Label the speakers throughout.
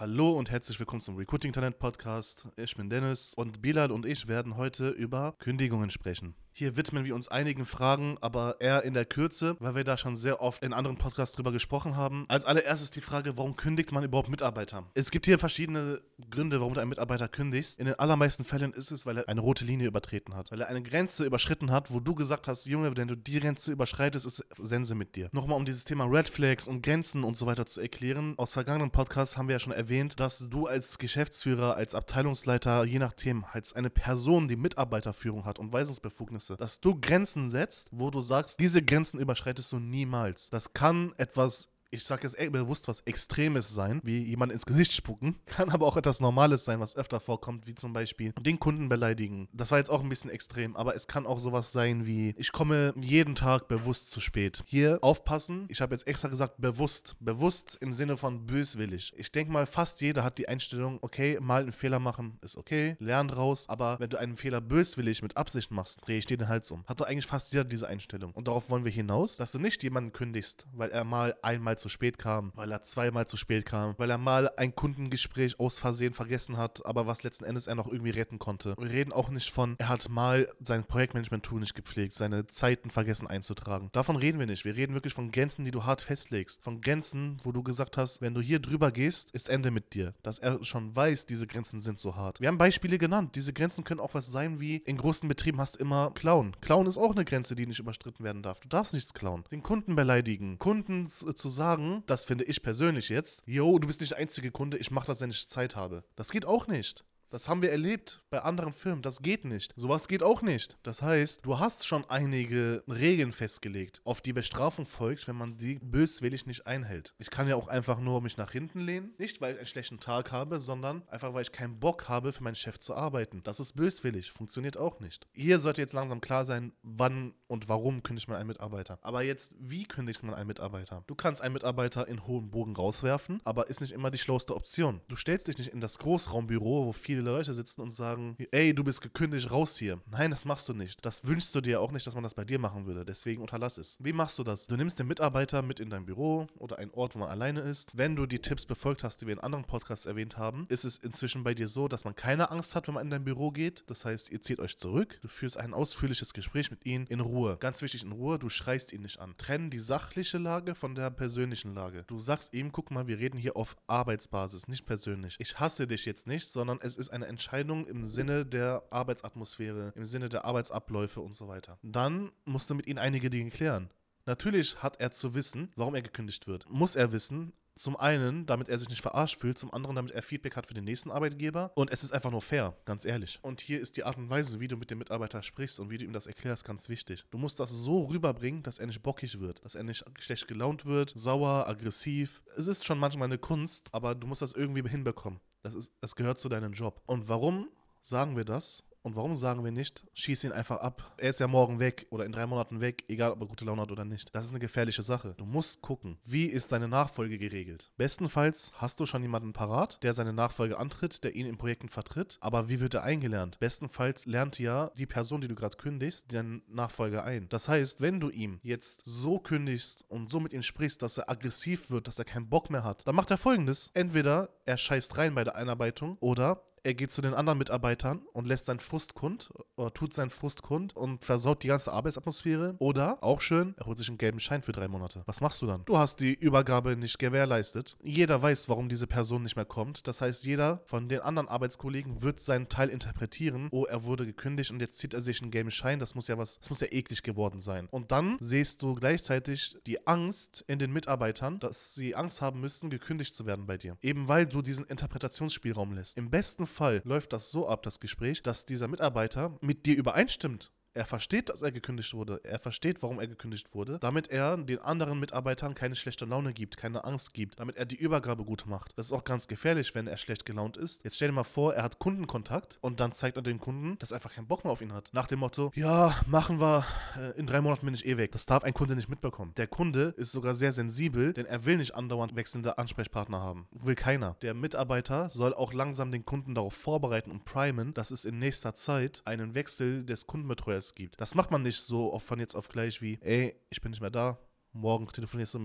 Speaker 1: Hallo und herzlich willkommen zum Recruiting Talent Podcast. Ich bin Dennis und Bilal und ich werden heute über Kündigungen sprechen. Hier widmen wir uns einigen Fragen, aber eher in der Kürze, weil wir da schon sehr oft in anderen Podcasts drüber gesprochen haben. Als allererstes die Frage, warum kündigt man überhaupt Mitarbeiter? Es gibt hier verschiedene Gründe, warum du einen Mitarbeiter kündigst. In den allermeisten Fällen ist es, weil er eine rote Linie übertreten hat. Weil er eine Grenze überschritten hat, wo du gesagt hast, Junge, wenn du die Grenze überschreitest, ist Sense mit dir. Nochmal, um dieses Thema Red Flags und Grenzen und so weiter zu erklären. Aus vergangenen Podcasts haben wir ja schon erwähnt, dass du als Geschäftsführer, als Abteilungsleiter, je nachdem, als eine Person, die Mitarbeiterführung hat und Weisungsbefugnisse, dass du Grenzen setzt, wo du sagst, diese Grenzen überschreitest du niemals. Das kann etwas, ich sage jetzt bewusst, was Extremes sein, wie jemand ins Gesicht spucken, kann aber auch etwas Normales sein, was öfter vorkommt, wie zum Beispiel den Kunden beleidigen. Das war jetzt auch ein bisschen extrem, aber es kann auch sowas sein wie, ich komme jeden Tag bewusst zu spät. Hier aufpassen, ich habe jetzt extra gesagt bewusst im Sinne von böswillig. Ich denke mal, fast jeder hat die Einstellung, okay, mal einen Fehler machen ist okay, lern draus, aber wenn du einen Fehler böswillig mit Absicht machst, drehe ich dir den Hals um. Hat doch eigentlich fast jeder diese Einstellung. Und darauf wollen wir hinaus, dass du nicht jemanden kündigst, weil er mal einmal zu spät kam, weil er zweimal zu spät kam, weil er mal ein Kundengespräch aus Versehen vergessen hat, aber was letzten Endes er noch irgendwie retten konnte. Wir reden auch nicht von, er hat mal sein Projektmanagement-Tool nicht gepflegt, seine Zeiten vergessen einzutragen. Davon reden wir nicht. Wir reden wirklich von Grenzen, die du hart festlegst. Von Grenzen, wo du gesagt hast, wenn du hier drüber gehst, ist Ende mit dir. Dass er schon weiß, diese Grenzen sind so hart. Wir haben Beispiele genannt. Diese Grenzen können auch was sein wie, in großen Betrieben hast du immer Klauen. Klauen ist auch eine Grenze, die nicht überstritten werden darf. Du darfst nichts klauen. Den Kunden beleidigen. Kunden zu sagen, das finde ich persönlich jetzt, yo, du bist nicht der einzige Kunde, ich mache das, wenn ich Zeit habe. Das geht auch nicht. Das haben wir erlebt bei anderen Firmen. Das geht nicht. Sowas geht auch nicht. Das heißt, du hast schon einige Regeln festgelegt, auf die Bestrafung folgt, wenn man die böswillig nicht einhält. Ich kann ja auch einfach nur mich nach hinten lehnen. Nicht, weil ich einen schlechten Tag habe, sondern einfach, weil ich keinen Bock habe, für meinen Chef zu arbeiten. Das ist böswillig. Funktioniert auch nicht. Hier sollte jetzt langsam klar sein, wann und warum kündigt man einen Mitarbeiter. Aber jetzt, wie kündigt man einen Mitarbeiter? Du kannst einen Mitarbeiter in hohem Bogen rauswerfen, aber ist nicht immer die schlauste Option. Du stellst dich nicht in das Großraumbüro, wo viele Leute sitzen und sagen, ey, du bist gekündigt, raus hier. Nein, das machst du nicht. Das wünschst du dir auch nicht, dass man das bei dir machen würde. Deswegen unterlass es. Wie machst du das? Du nimmst den Mitarbeiter mit in dein Büro oder einen Ort, wo man alleine ist. Wenn du die Tipps befolgt hast, die wir in anderen Podcasts erwähnt haben, ist es inzwischen bei dir so, dass man keine Angst hat, wenn man in dein Büro geht. Das heißt, ihr zieht euch zurück. Du führst ein ausführliches Gespräch mit ihnen in Ruhe. Ganz wichtig, in Ruhe. Du schreist ihn nicht an. Trenn die sachliche Lage von der persönlichen Lage. Du sagst ihm, guck mal, wir reden hier auf Arbeitsbasis, nicht persönlich. Ich hasse dich jetzt nicht, sondern es ist eine Entscheidung im Sinne der Arbeitsatmosphäre, im Sinne der Arbeitsabläufe und so weiter. Dann musst du mit ihm einige Dinge klären. Natürlich hat er zu wissen, warum er gekündigt wird. Muss er wissen, zum einen, damit er sich nicht verarscht fühlt, zum anderen, damit er Feedback hat für den nächsten Arbeitgeber. Und es ist einfach nur fair, ganz ehrlich. Und hier ist die Art und Weise, wie du mit dem Mitarbeiter sprichst und wie du ihm das erklärst, ganz wichtig. Du musst das so rüberbringen, dass er nicht bockig wird, dass er nicht schlecht gelaunt wird, sauer, aggressiv. Es ist schon manchmal eine Kunst, aber du musst das irgendwie hinbekommen. Das gehört zu deinem Job. Und warum sagen wir das? Und warum sagen wir nicht, schieß ihn einfach ab? Er ist ja morgen weg oder in 3 Monaten weg, egal ob er gute Laune hat oder nicht. Das ist eine gefährliche Sache. Du musst gucken, wie ist seine Nachfolge geregelt. Bestenfalls hast du schon jemanden parat, der seine Nachfolge antritt, der ihn in Projekten vertritt. Aber wie wird er eingelernt? Bestenfalls lernt ja die Person, die du gerade kündigst, den Nachfolger ein. Das heißt, wenn du ihm jetzt so kündigst und so mit ihm sprichst, dass er aggressiv wird, dass er keinen Bock mehr hat, dann macht er Folgendes. Entweder er scheißt rein bei der Einarbeitung oder er geht zu den anderen Mitarbeitern und lässt seinen Frust kund oder tut seinen Frust kund und versaut die ganze Arbeitsatmosphäre. Oder, auch schön, er holt sich einen gelben Schein für 3 Monate. Was machst du dann? Du hast die Übergabe nicht gewährleistet. Jeder weiß, warum diese Person nicht mehr kommt. Das heißt, jeder von den anderen Arbeitskollegen wird seinen Teil interpretieren. Oh, er wurde gekündigt und jetzt zieht er sich einen gelben Schein. Das muss ja eklig geworden sein. Und dann siehst du gleichzeitig die Angst in den Mitarbeitern, dass sie Angst haben müssen, gekündigt zu werden bei dir. Eben weil du diesen Interpretationsspielraum lässt. Im besten Fall läuft das so ab, das Gespräch, dass dieser Mitarbeiter mit dir übereinstimmt. Er versteht, dass er gekündigt wurde. Er versteht, warum er gekündigt wurde, damit er den anderen Mitarbeitern keine schlechte Laune gibt, keine Angst gibt, damit er die Übergabe gut macht. Das ist auch ganz gefährlich, wenn er schlecht gelaunt ist. Jetzt stell dir mal vor, er hat Kundenkontakt und dann zeigt er dem Kunden, dass er einfach keinen Bock mehr auf ihn hat. Nach dem Motto, ja, machen wir, in 3 Monaten bin ich eh weg. Das darf ein Kunde nicht mitbekommen. Der Kunde ist sogar sehr sensibel, denn er will nicht andauernd wechselnde Ansprechpartner haben. Will keiner. Der Mitarbeiter soll auch langsam den Kunden darauf vorbereiten und primen, dass es in nächster Zeit einen Wechsel des Kundenbetreuers gibt. Das macht man nicht so von jetzt auf gleich wie, ey, ich bin nicht mehr da, morgen telefonierst du mit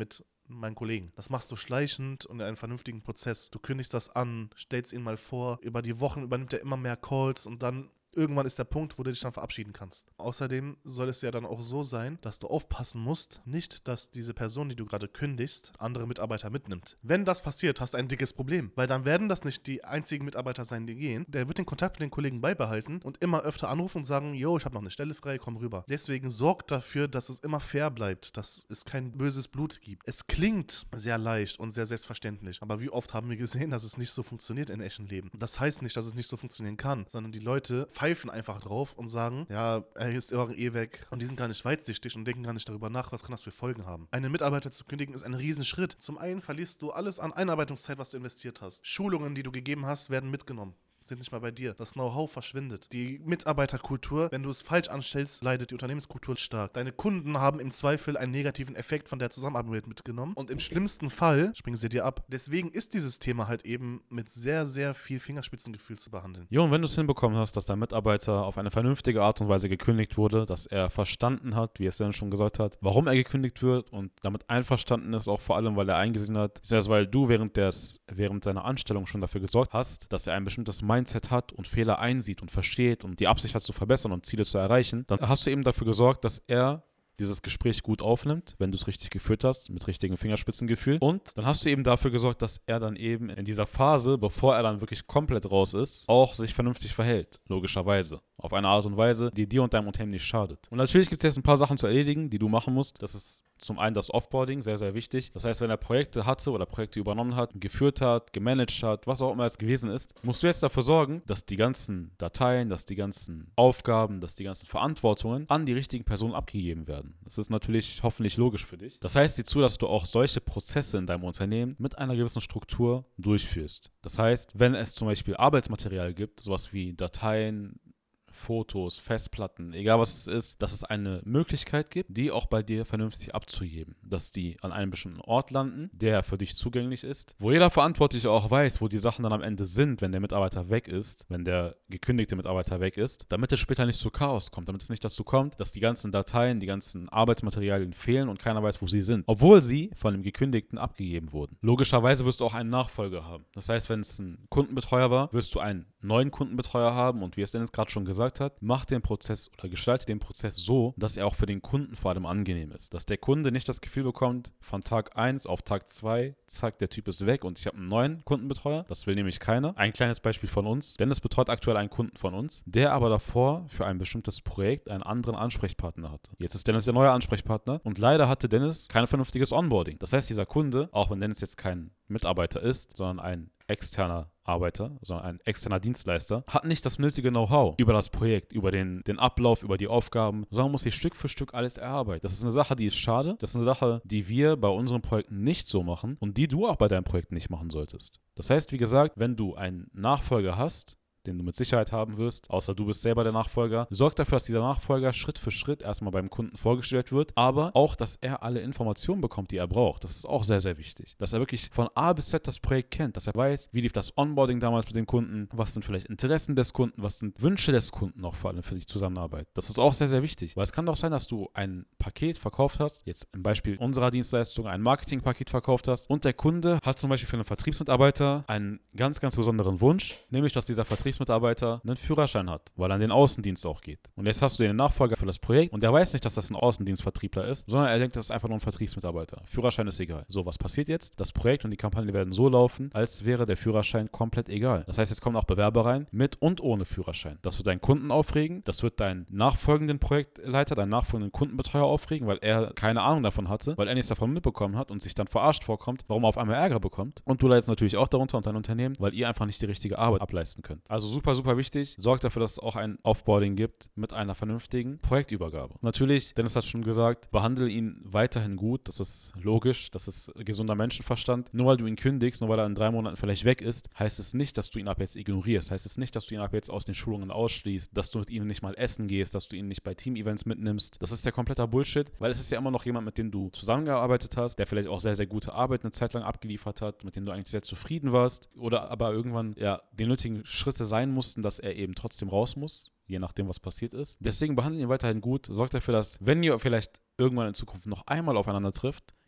Speaker 1: meinen Kollegen. Das machst du schleichend und in einem vernünftigen Prozess. Du kündigst das an, stellst ihn mal vor, über die Wochen übernimmt er immer mehr Calls und dann irgendwann ist der Punkt, wo du dich dann verabschieden kannst. Außerdem soll es ja dann auch so sein, dass du aufpassen musst, nicht, dass diese Person, die du gerade kündigst, andere Mitarbeiter mitnimmt. Wenn das passiert, hast du ein dickes Problem, weil dann werden das nicht die einzigen Mitarbeiter sein, die gehen. Der wird den Kontakt mit den Kollegen beibehalten und immer öfter anrufen und sagen, yo, ich habe noch eine Stelle frei, komm rüber. Deswegen sorgt dafür, dass es immer fair bleibt, dass es kein böses Blut gibt. Es klingt sehr leicht und sehr selbstverständlich, aber wie oft haben wir gesehen, dass es nicht so funktioniert in echten Leben. Das heißt nicht, dass es nicht so funktionieren kann, sondern die Leute pfeifen einfach drauf und sagen, ja, er ist eh weg. Und die sind gar nicht weitsichtig und denken gar nicht darüber nach, was kann das für Folgen haben. Einen Mitarbeiter zu kündigen ist ein Riesenschritt. Zum einen verlierst du alles an Einarbeitungszeit, was du investiert hast. Schulungen, die du gegeben hast, werden mitgenommen. Sind nicht mal bei dir. Das Know-how verschwindet. Die Mitarbeiterkultur, wenn du es falsch anstellst, leidet die Unternehmenskultur stark. Deine Kunden haben im Zweifel einen negativen Effekt von der Zusammenarbeit mitgenommen und im schlimmsten Fall springen sie dir ab. Deswegen ist dieses Thema halt eben mit sehr, sehr viel Fingerspitzengefühl zu behandeln.
Speaker 2: Jo, und wenn du es hinbekommen hast, dass dein Mitarbeiter auf eine vernünftige Art und Weise gekündigt wurde, dass er verstanden hat, wie es dann schon gesagt hat, warum er gekündigt wird und damit einverstanden ist, auch vor allem, weil er eingesehen hat, weil du während seiner Anstellung schon dafür gesorgt hast, dass er ein bestimmtes Mindset hat und Fehler einsieht und versteht und die Absicht hat zu verbessern und Ziele zu erreichen, dann hast du eben dafür gesorgt, dass er dieses Gespräch gut aufnimmt, wenn du es richtig geführt hast, mit richtigem Fingerspitzengefühl. Und dann hast du eben dafür gesorgt, dass er dann eben in dieser Phase, bevor er dann wirklich komplett raus ist, auch sich vernünftig verhält, logischerweise. Auf eine Art und Weise, die dir und deinem Unternehmen nicht schadet. Und natürlich gibt es jetzt ein paar Sachen zu erledigen, die du machen musst. Das ist zum einen das Offboarding, sehr, sehr wichtig. Das heißt, wenn er Projekte hatte oder Projekte übernommen hat, geführt hat, gemanagt hat, was auch immer es gewesen ist, musst du jetzt dafür sorgen, dass die ganzen Dateien, dass die ganzen Aufgaben, dass die ganzen Verantwortungen an die richtigen Personen abgegeben werden. Das ist natürlich hoffentlich logisch für dich. Das heißt, sieh zu, dass du auch solche Prozesse in deinem Unternehmen mit einer gewissen Struktur durchführst. Das heißt, wenn es zum Beispiel Arbeitsmaterial gibt, sowas wie Dateien, Fotos, Festplatten, egal was es ist, dass es eine Möglichkeit gibt, die auch bei dir vernünftig abzugeben. Dass die an einem bestimmten Ort landen, der für dich zugänglich ist, wo jeder Verantwortliche auch weiß, wo die Sachen dann am Ende sind, wenn der Mitarbeiter weg ist, wenn der gekündigte Mitarbeiter weg ist, damit es später nicht zu Chaos kommt, damit es nicht dazu kommt, dass die ganzen Dateien, die ganzen Arbeitsmaterialien fehlen und keiner weiß, wo sie sind, obwohl sie von dem Gekündigten abgegeben wurden. Logischerweise wirst du auch einen Nachfolger haben. Das heißt, wenn es ein Kundenbetreuer war, wirst du einen neuen Kundenbetreuer haben und wie es Dennis gerade schon gesagt hat, mach den Prozess oder gestalte den Prozess so, dass er auch für den Kunden vor allem angenehm ist. Dass der Kunde nicht das Gefühl bekommt, von Tag 1 auf Tag 2, zack, der Typ ist weg und ich habe einen neuen Kundenbetreuer. Das will nämlich keiner. Ein kleines Beispiel von uns. Dennis betreut aktuell einen Kunden von uns, der aber davor für ein bestimmtes Projekt einen anderen Ansprechpartner hatte. Jetzt ist Dennis der neue Ansprechpartner und leider hatte Dennis kein vernünftiges Onboarding. Das heißt, dieser Kunde, auch wenn Dennis jetzt kein Mitarbeiter ist, sondern ein externer Arbeiter, sondern ein externer Dienstleister, hat nicht das nötige Know-how über das Projekt, über den Ablauf, über die Aufgaben, sondern muss sich Stück für Stück alles erarbeiten. Das ist eine Sache, die ist schade. Das ist eine Sache, die wir bei unseren Projekten nicht so machen und die du auch bei deinen Projekten nicht machen solltest. Das heißt, wie gesagt, wenn du einen Nachfolger hast, den du mit Sicherheit haben wirst, außer du bist selber der Nachfolger. Sorg dafür, dass dieser Nachfolger Schritt für Schritt erstmal beim Kunden vorgestellt wird, aber auch, dass er alle Informationen bekommt, die er braucht. Das ist auch sehr, sehr wichtig. Dass er wirklich von A bis Z das Projekt kennt, dass er weiß, wie lief das Onboarding damals mit dem Kunden, was sind vielleicht Interessen des Kunden, was sind Wünsche des Kunden auch vor allem für die Zusammenarbeit. Das ist auch sehr, sehr wichtig, weil es kann doch sein, dass du ein Paket verkauft hast, jetzt im Beispiel unserer Dienstleistung ein Marketingpaket verkauft hast und der Kunde hat zum Beispiel für einen Vertriebsmitarbeiter einen ganz, ganz besonderen Wunsch, nämlich, dass dieser Vertriebsmitarbeiter einen Führerschein hat, weil er an den Außendienst auch geht. Und jetzt hast du den Nachfolger für das Projekt und der weiß nicht, dass das ein Außendienstvertriebler ist, sondern er denkt, das ist einfach nur ein Vertriebsmitarbeiter. Führerschein ist egal. So, was passiert jetzt? Das Projekt und die Kampagne werden so laufen, als wäre der Führerschein komplett egal. Das heißt, jetzt kommen auch Bewerber rein, mit und ohne Führerschein. Das wird deinen Kunden aufregen, das wird deinen nachfolgenden Projektleiter, deinen nachfolgenden Kundenbetreuer aufregen, weil er keine Ahnung davon hatte, weil er nichts davon mitbekommen hat und sich dann verarscht vorkommt, warum er auf einmal Ärger bekommt. Und du leidest natürlich auch darunter und dein Unternehmen, weil ihr einfach nicht die richtige Arbeit ableisten könnt. Also super, super wichtig. Sorgt dafür, dass es auch ein Offboarding gibt mit einer vernünftigen Projektübergabe. Natürlich, Dennis hat schon gesagt, behandle ihn weiterhin gut. Das ist logisch. Das ist gesunder Menschenverstand. Nur weil du ihn kündigst, nur weil er in 3 Monaten vielleicht weg ist, heißt es nicht, dass du ihn ab jetzt ignorierst. Heißt es nicht, dass du ihn ab jetzt aus den Schulungen ausschließt, dass du mit ihm nicht mal essen gehst, dass du ihn nicht bei Team-Events mitnimmst. Das ist ja kompletter Bullshit, weil es ist ja immer noch jemand, mit dem du zusammengearbeitet hast, der vielleicht auch sehr, sehr gute Arbeit eine Zeit lang abgeliefert hat, mit dem du eigentlich sehr zufrieden warst oder aber irgendwann ja die nötigen Schritte sein mussten, dass er eben trotzdem raus muss, je nachdem, was passiert ist. Deswegen behandle ihn weiterhin gut. Sorgt dafür, dass, wenn ihr vielleicht irgendwann in Zukunft noch einmal aufeinander trifft,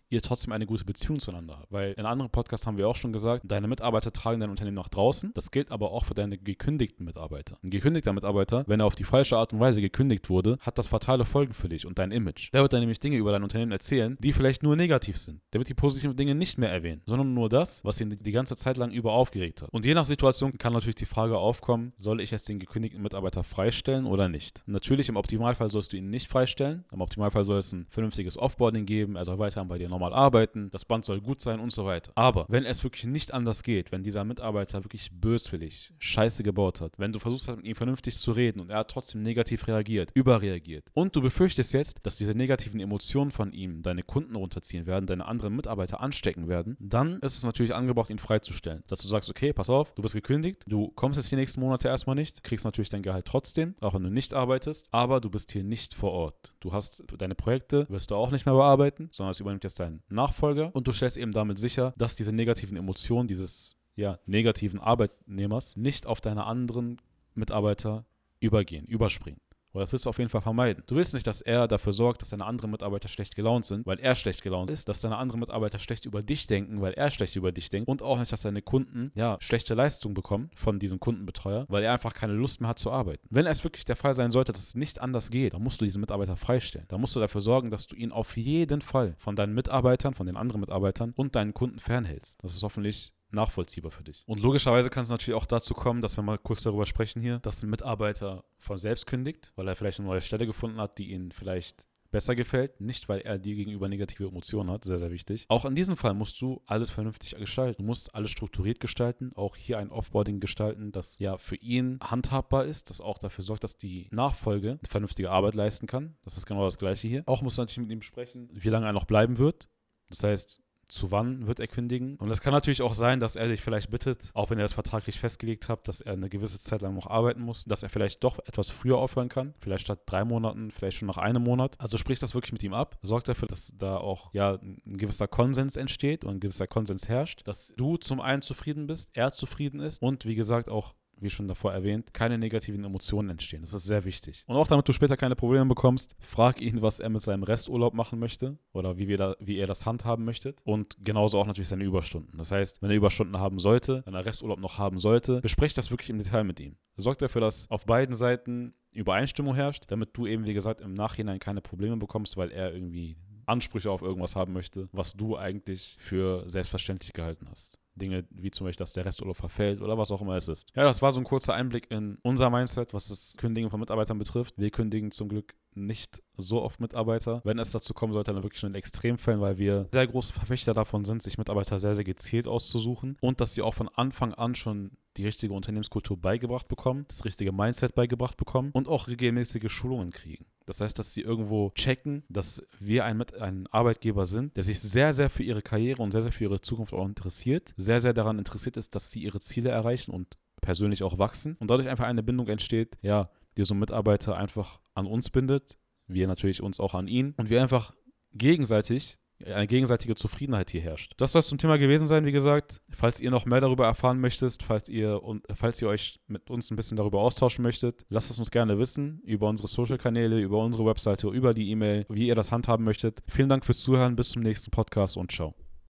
Speaker 2: ihr trotzdem eine gute Beziehung zueinander habt. Weil in anderen Podcasts haben wir auch schon gesagt, deine Mitarbeiter tragen dein Unternehmen nach draußen. Das gilt aber auch für deine gekündigten Mitarbeiter. Ein gekündigter Mitarbeiter, wenn er auf die falsche Art und Weise gekündigt wurde, hat das fatale Folgen für dich und dein Image. Der wird dann nämlich Dinge über dein Unternehmen erzählen, die vielleicht nur negativ sind. Der wird die positiven Dinge nicht mehr erwähnen, sondern nur das, was ihn die ganze Zeit lang über aufgeregt hat. Und je nach Situation kann natürlich die Frage aufkommen, soll ich jetzt den gekündigten Mitarbeiter freistellen oder nicht? Natürlich, im Optimalfall sollst du ihn nicht freistellen. Im Optimalfall soll es ein vernünftiges Offboarding geben, er soll weiterhin bei dir normal arbeiten, das Band soll gut sein und so weiter. Aber wenn es wirklich nicht anders geht, wenn dieser Mitarbeiter wirklich böswillig Scheiße gebaut hat, wenn du versuchst mit ihm vernünftig zu reden und er hat trotzdem negativ reagiert, überreagiert und du befürchtest jetzt, dass diese negativen Emotionen von ihm deine Kunden runterziehen werden, deine anderen Mitarbeiter anstecken werden, dann ist es natürlich angebracht, ihn freizustellen. Dass du sagst, okay, pass auf, du bist gekündigt, du kommst jetzt die nächsten Monate erstmal nicht, kriegst natürlich dein Gehalt trotzdem, auch wenn du nicht arbeitest, aber du bist hier nicht vor Ort. Du hast deine Projekte, wirst du auch nicht mehr bearbeiten, sondern es übernimmt jetzt dein Nachfolger und du stellst eben damit sicher, dass diese negativen Emotionen dieses negativen Arbeitnehmers nicht auf deine anderen Mitarbeiter überspringen. Oder das willst du auf jeden Fall vermeiden. Du willst nicht, dass er dafür sorgt, dass deine anderen Mitarbeiter schlecht gelaunt sind, weil er schlecht gelaunt ist, dass deine anderen Mitarbeiter schlecht über dich denken, weil er schlecht über dich denkt und auch nicht, dass deine Kunden schlechte Leistung bekommen von diesem Kundenbetreuer, weil er einfach keine Lust mehr hat zu arbeiten. Wenn es wirklich der Fall sein sollte, dass es nicht anders geht, dann musst du diesen Mitarbeiter freistellen. Dann musst du dafür sorgen, dass du ihn auf jeden Fall von deinen Mitarbeitern, von den anderen Mitarbeitern und deinen Kunden fernhältst. Das ist hoffentlich nachvollziehbar für dich. Und logischerweise kann es natürlich auch dazu kommen, dass wir mal kurz darüber sprechen hier, dass ein Mitarbeiter von selbst kündigt, weil er vielleicht eine neue Stelle gefunden hat, die ihn vielleicht besser gefällt, nicht weil er dir gegenüber negative Emotionen hat, sehr, sehr wichtig. Auch in diesem Fall musst du alles vernünftig gestalten. Du musst alles strukturiert gestalten, auch hier ein Offboarding gestalten, das für ihn handhabbar ist, das auch dafür sorgt, dass die Nachfolge eine vernünftige Arbeit leisten kann. Das ist genau das Gleiche hier. Auch musst du natürlich mit ihm sprechen, wie lange er noch bleiben wird. Das heißt, zu wann wird er kündigen? Und es kann natürlich auch sein, dass er dich vielleicht bittet, auch wenn er das vertraglich festgelegt hat, dass er eine gewisse Zeit lang noch arbeiten muss, dass er vielleicht doch etwas früher aufhören kann. Vielleicht statt 3 Monaten, vielleicht schon nach 1 Monat. Also sprich das wirklich mit ihm ab. Sorgt dafür, dass da auch ein gewisser Konsens entsteht und ein gewisser Konsens herrscht, dass du zum einen zufrieden bist, er zufrieden ist und wie gesagt auch, wie schon davor erwähnt, keine negativen Emotionen entstehen. Das ist sehr wichtig. Und auch damit du später keine Probleme bekommst, frag ihn, was er mit seinem Resturlaub machen möchte oder wie ihr das handhaben möchtet. Und genauso auch natürlich seine Überstunden. Das heißt, wenn er Überstunden haben sollte, wenn er Resturlaub noch haben sollte, besprecht das wirklich im Detail mit ihm. Sorgt dafür, dass auf beiden Seiten Übereinstimmung herrscht, damit du eben, wie gesagt, im Nachhinein keine Probleme bekommst, weil er irgendwie Ansprüche auf irgendwas haben möchte, was du eigentlich für selbstverständlich gehalten hast. Dinge wie zum Beispiel, dass der Resturlaub verfällt oder was auch immer es ist. Ja, das war so ein kurzer Einblick in unser Mindset, was das Kündigen von Mitarbeitern betrifft. Wir kündigen zum Glück nicht so oft Mitarbeiter. Wenn es dazu kommen sollte, dann wirklich nur in Extremfällen, weil wir sehr große Verfechter davon sind, sich Mitarbeiter sehr, sehr gezielt auszusuchen und dass sie auch von Anfang an schon die richtige Unternehmenskultur beigebracht bekommen, das richtige Mindset beigebracht bekommen und auch regelmäßige Schulungen kriegen. Das heißt, dass sie irgendwo checken, dass wir ein Arbeitgeber sind, der sich sehr, sehr für ihre Karriere und sehr, sehr für ihre Zukunft auch interessiert, sehr, sehr daran interessiert ist, dass sie ihre Ziele erreichen und persönlich auch wachsen und dadurch einfach eine Bindung entsteht, die so ein Mitarbeiter einfach an uns bindet, wir natürlich uns auch an ihn und wir einfach eine gegenseitige Zufriedenheit hier herrscht. Das soll es zum Thema gewesen sein, wie gesagt. Falls ihr noch mehr darüber erfahren möchtet, falls ihr euch mit uns ein bisschen darüber austauschen möchtet, lasst es uns gerne wissen, über unsere Social-Kanäle, über unsere Webseite, über die E-Mail, wie ihr das handhaben möchtet. Vielen Dank fürs Zuhören, bis zum nächsten Podcast und ciao.